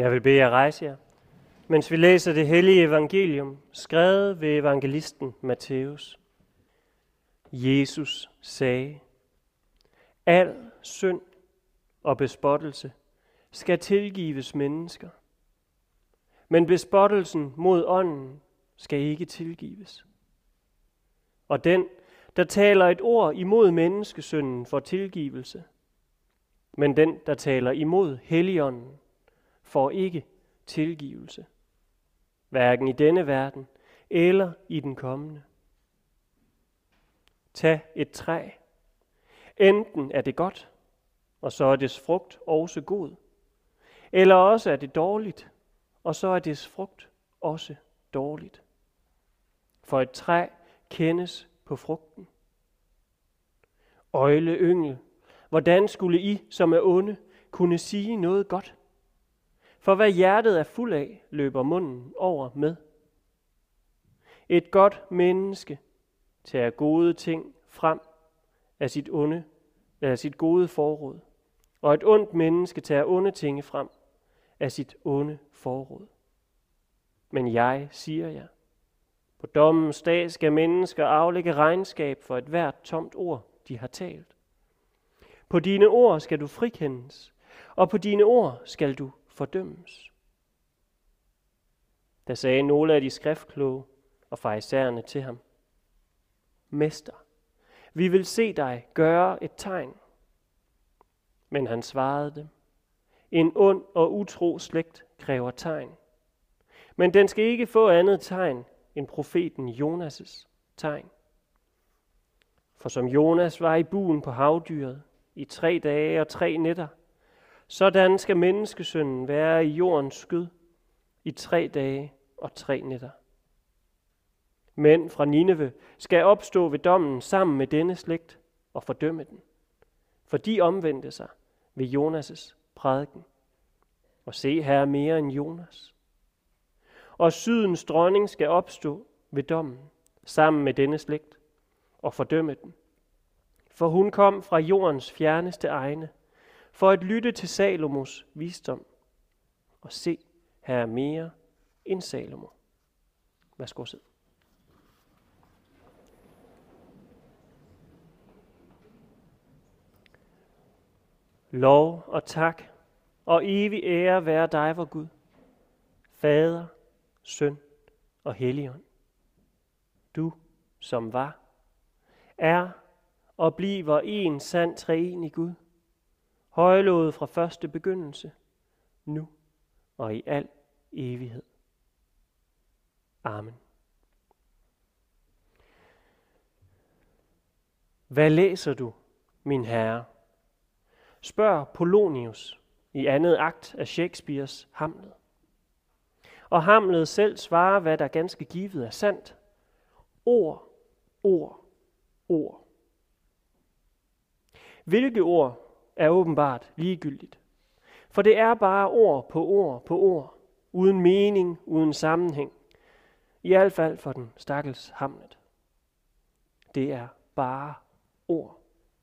Jeg vil bede jer rejse jer, mens vi læser det hellige evangelium, skrevet ved evangelisten Matthæus. Jesus sagde, al synd og bespottelse skal tilgives mennesker, men bespottelsen mod ånden skal ikke tilgives. Og den, der taler et ord imod menneskesynden, får tilgivelse, men den, der taler imod Helligånden, får ikke tilgivelse, hverken i denne verden eller i den kommende. Tag et træ. Enten er det godt, og så er dets frugt også god, eller også er det dårligt, og så er dets frugt også dårligt. For et træ kendes på frugten. Øgle yngel, hvordan skulle I, som er onde, kunne sige noget godt? For hvad hjertet er fuld af, løber munden over med. Et godt menneske tager gode ting frem af sit gode forråd, og et ondt menneske tager onde ting frem af sit onde forråd. Men jeg siger jer, på dommens dag skal mennesker aflægge regnskab for et hvert tomt ord, de har talt. På dine ord skal du frikendes, og på dine ord skal du fordømmes. Der sagde nogle af de skriftkloge og farisæerne til ham, Mester, vi vil se dig gøre et tegn. Men han svarede dem, en ond og utro slægt kræver tegn. Men den skal ikke få andet tegn end profeten Jonas' tegn. For som Jonas var i buen på havdyret i 3 dage og 3 nætter, sådan skal menneskesønnen være i jordens skød i 3 dage og 3 nætter. Mænd fra Nineve skal opstå ved dommen sammen med denne slægt og fordømme den, for de omvendte sig ved Jonas' prædiken. Og se, her er mere end Jonas. Og sydens dronning skal opstå ved dommen sammen med denne slægt og fordømme den, for hun kom fra jordens fjerneste egne for at lytte til Salomos visdom. Og se, her er mere end Salomo. Værsgo sid. Lov og tak og evig ære være dig, vor Gud, Fader, Søn og Helligånd. Du, som var, er og bliver en sand treenig Gud, højlovet fra første begyndelse, nu og i al evighed. Amen. Hvad læser du, min herre? Spørg Polonius i 2. akt af Shakespeares Hamlet. Og Hamlet selv svarer, hvad der ganske givet er sandt. Ord, ord, ord. Hvilke ord er åbenbart ligegyldigt? For det er bare ord på ord på ord, uden mening, uden sammenhæng. I hvert fald for den stakkels Hamlet. Det er bare ord.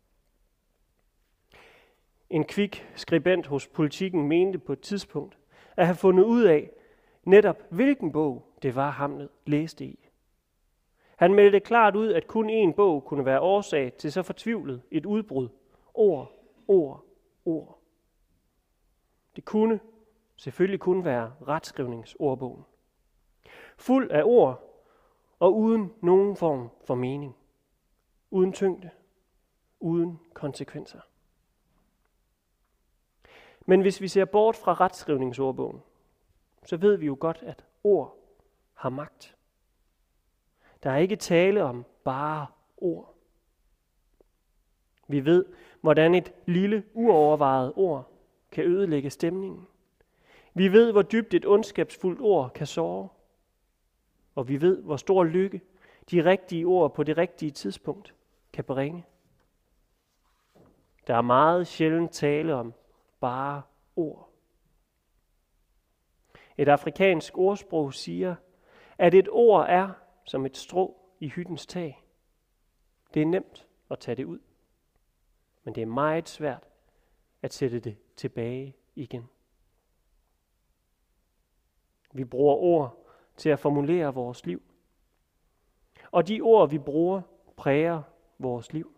En kvik skribent hos Politiken mente på et tidspunkt at have fundet ud af netop hvilken bog det var Hamlet læste i. Han meldte klart ud, at kun én bog kunne være årsag til så fortvivlet et udbrud. Ord, ord, ord. Det kunne selvfølgelig kun være retskrivningsordbogen. Fuld af ord og uden nogen form for mening. Uden tyngde. Uden konsekvenser. Men hvis vi ser bort fra retskrivningsordbogen, så ved vi jo godt, at ord har magt. Der er ikke tale om bare ord. Vi ved, hvordan et lille, uovervejet ord kan ødelægge stemningen. Vi ved, hvor dybt et ondskabsfuldt ord kan såre. Og vi ved, hvor stor lykke de rigtige ord på det rigtige tidspunkt kan bringe. Der er meget sjældent tale om bare ord. Et afrikansk ordsprog siger, at et ord er som et strå i hyttens tag. Det er nemt at tage det ud, men det er meget svært at sætte det tilbage igen. Vi bruger ord til at formulere vores liv. Og de ord, vi bruger, præger vores liv.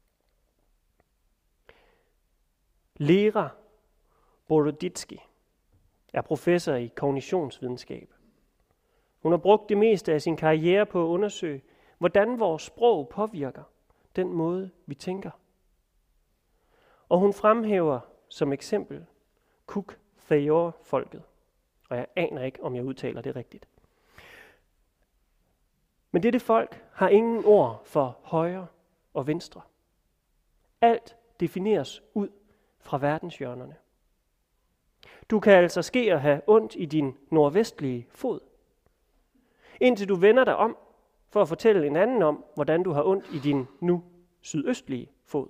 Lera Boroditsky er professor i kognitionsvidenskab. Hun har brugt det meste af sin karriere på at undersøge, hvordan vores sprog påvirker den måde, vi tænker. Og hun fremhæver som eksempel Kuuk-Thaayorre-folket. Og jeg aner ikke, om jeg udtaler det rigtigt. Men dette folk har ingen ord for højre og venstre. Alt defineres ud fra verdenshjørnerne. Du kan altså ske at have ondt i din nordvestlige fod, indtil du vender dig om for at fortælle en anden om, hvordan du har ondt i din nu sydøstlige fod.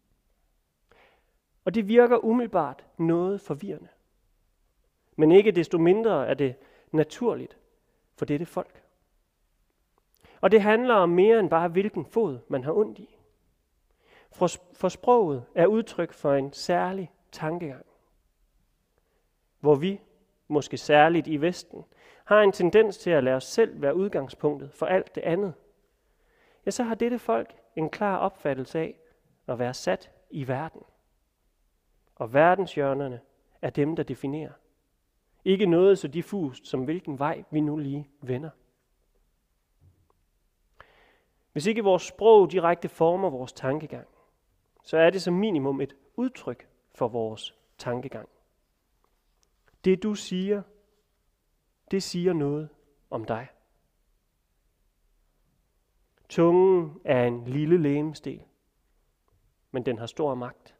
Og det virker umiddelbart noget forvirrende. Men ikke desto mindre er det naturligt for dette folk. Og det handler om mere end bare, hvilken fod man har ondt i. For sproget er udtryk for en særlig tankegang, hvor vi, måske særligt i Vesten, har en tendens til at lade os selv være udgangspunktet for alt det andet. Ja, så har dette folk en klar opfattelse af at være sat i verden. Og verdenshjørnerne er dem, der definerer. Ikke noget så diffust som hvilken vej vi nu lige vender. Hvis ikke vores sprog direkte former vores tankegang, så er det som minimum et udtryk for vores tankegang. Det du siger, det siger noget om dig. Tungen er en lille legemsdel, men den har stor magt.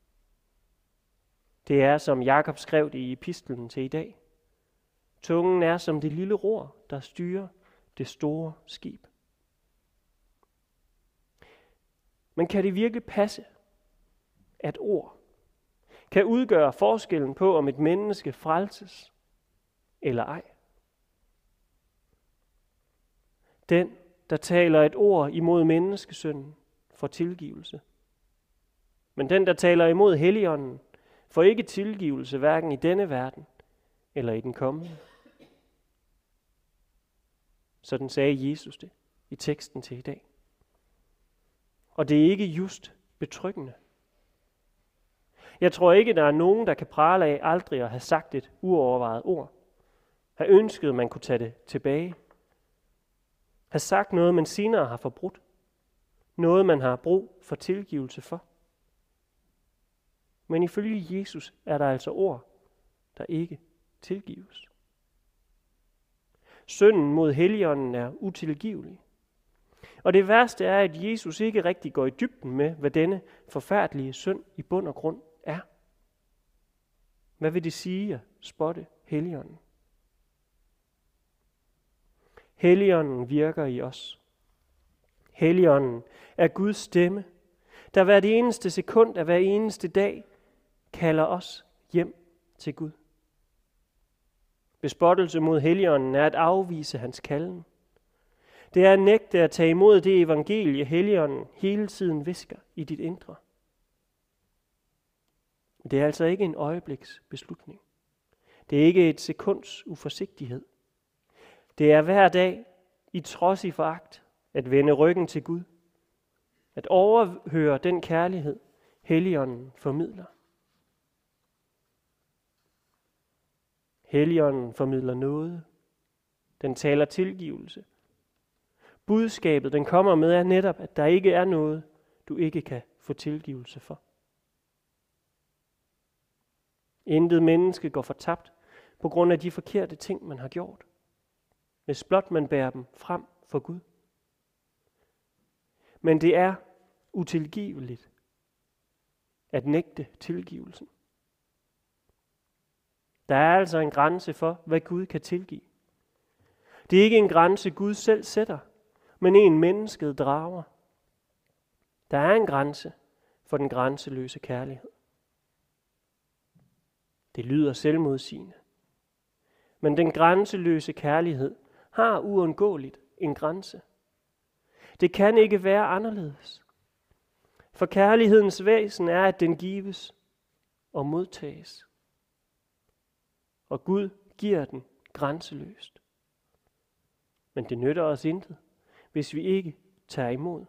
Det er, som Jakob skrev det i epistlen til i dag. Tungen er som det lille ror, der styrer det store skib. Men kan det virkelig passe, at ord kan udgøre forskellen på, om et menneske frelses eller ej? Den, der taler et ord imod menneskesynden, får tilgivelse. Men den, der taler imod Helligånden, får ikke tilgivelse hverken i denne verden eller i den kommende. Sådan sagde Jesus det i teksten til i dag. Og det er ikke just betryggende. Jeg tror ikke, der er nogen, der kan prale af aldrig at have sagt et uovervejet ord. Have ønsket, man kunne tage det tilbage. Have sagt noget, man senere har forbrudt. Noget, man har brug for tilgivelse for. Men ifølge Jesus er der altså ord, der ikke tilgives. Synden mod Helligånden er utilgivelig. Og det værste er, at Jesus ikke rigtig går i dybden med, hvad denne forfærdelige synd i bund og grund er. Hvad vil det sige at spotte Helligånden? Helligånden virker i os. Helligånden er Guds stemme, der hver det eneste sekund af hver eneste dag kalder os hjem til Gud. Bespottelse mod Helligånden er at afvise hans kalden. Det er at nægte at tage imod det evangelie, Helligånden hele tiden visker i dit indre. Det er altså ikke en øjebliks beslutning. Det er ikke et sekunds uforsigtighed. Det er hver dag i trodsig foragt at vende ryggen til Gud. At overhøre den kærlighed, Helligånden formidler. Helligånden formidler noget. Den taler tilgivelse. Budskabet, den kommer med, er netop, at der ikke er noget, du ikke kan få tilgivelse for. Intet menneske går fortabt på grund af de forkerte ting, man har gjort, hvis blot man bærer dem frem for Gud. Men det er utilgiveligt at nægte tilgivelsen. Der er altså en grænse for, hvad Gud kan tilgive. Det er ikke en grænse, Gud selv sætter, men en mennesket drager. Der er en grænse for den grænseløse kærlighed. Det lyder selvmodsigende. Men den grænseløse kærlighed har uundgåeligt en grænse. Det kan ikke være anderledes. For kærlighedens væsen er, at den gives og modtages. Og Gud giver den grænseløst. Men det nytter os intet, hvis vi ikke tager imod.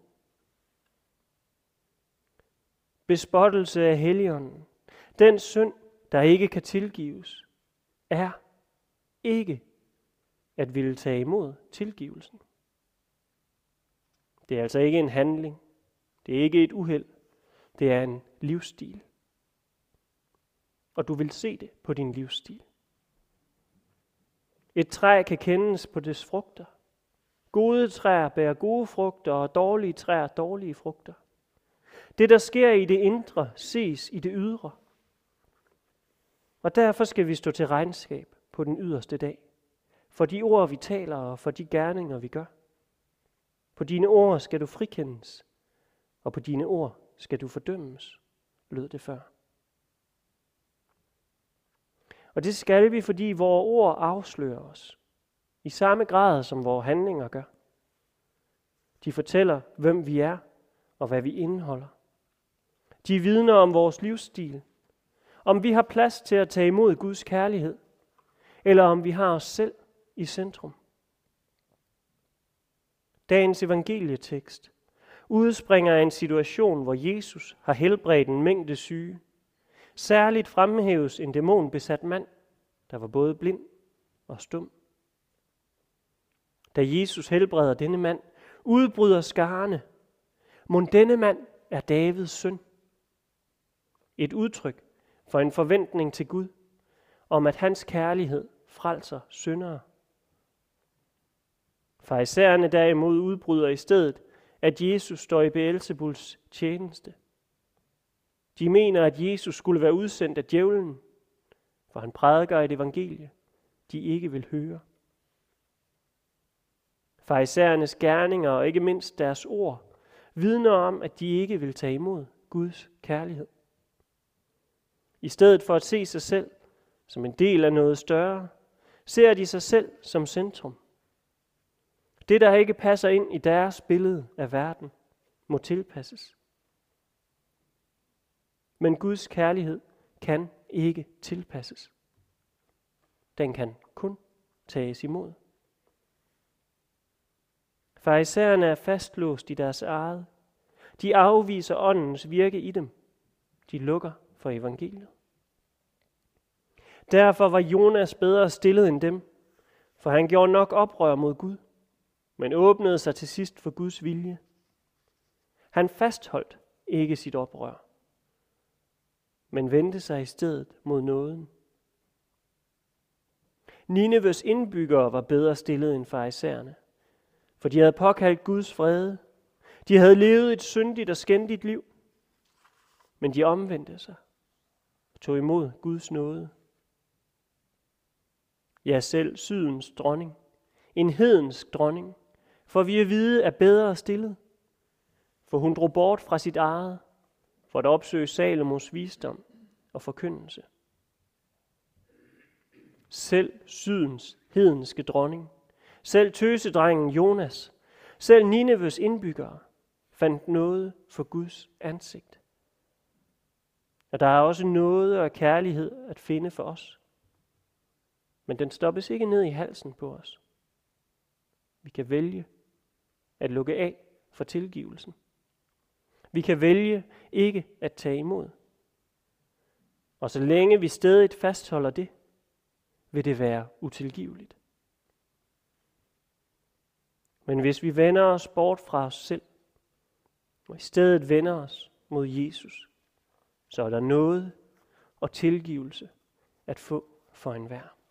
Bespottelse af Helligånden, den synd, der ikke kan tilgives, er ikke at ville tage imod tilgivelsen. Det er altså ikke en handling. Det er ikke et uheld. Det er en livsstil. Og du vil se det på din livsstil. Et træ kan kendes på dets frugter. Gode træer bærer gode frugter, og dårlige træer dårlige frugter. Det, der sker i det indre, ses i det ydre. Og derfor skal vi stå til regnskab på den yderste dag. For de ord, vi taler, og for de gerninger, vi gør. På dine ord skal du frikendes, og på dine ord skal du fordømmes, lød det før. Og det skal vi, fordi vores ord afslører os, i samme grad som vores handlinger gør. De fortæller, hvem vi er, og hvad vi indeholder. De vidner om vores livsstil, om vi har plads til at tage imod Guds kærlighed, eller om vi har os selv i centrum. Dagens evangelietekst udspringer af en situation, hvor Jesus har helbredt en mængde syge. Særligt fremhæves en dæmonbesat mand, der var både blind og stum. Da Jesus helbreder denne mand, udbryder skarne: Mon denne mand er Davids søn? Et udtryk for en forventning til Gud, om at hans kærlighed frelser syndere. Farisæerne derimod udbryder i stedet, at Jesus står i Beelzebuls tjeneste. De mener, at Jesus skulle være udsendt af djævlen, for han prædiker et evangelie, de ikke vil høre. Farisæernes gerninger og ikke mindst deres ord vidner om, at de ikke vil tage imod Guds kærlighed. I stedet for at se sig selv som en del af noget større, ser de sig selv som centrum. Det, der ikke passer ind i deres billede af verden, må tilpasses. Men Guds kærlighed kan ikke tilpasses. Den kan kun tages imod. Farisæerne er fastlåst i deres eget. De afviser åndens virke i dem. De lukker for evangeliet. Derfor var Jonas bedre stillet end dem, for han gjorde nok oprør mod Gud, men åbnede sig til sidst for Guds vilje. Han fastholdt ikke sit oprør, men vendte sig i stedet mod nåden. Nineves indbyggere var bedre stillet end farisæerne, for de havde påkaldt Guds vrede. De havde levet et syndigt og skændigt liv, men de omvendte sig og tog imod Guds nåde. Ja, selv Sydens dronning, en hedensk dronning, for vi at vide er bedre stillet, for hun drog bort fra sit eget, for at opsøge Salomos visdom og forkyndelse. Selv Sydens hedenske dronning, selv tøsedrengen Jonas, selv Nineves indbyggere fandt nåde for Guds ansigt. Og der er også nåde og kærlighed at finde for os. Men den stoppes ikke ned i halsen på os. Vi kan vælge at lukke af for tilgivelsen. Vi kan vælge ikke at tage imod. Og så længe vi stædigt fastholder det, vil det være utilgiveligt. Men hvis vi vender os bort fra os selv, og i stedet vender os mod Jesus, så er der noget og tilgivelse at få for enhver.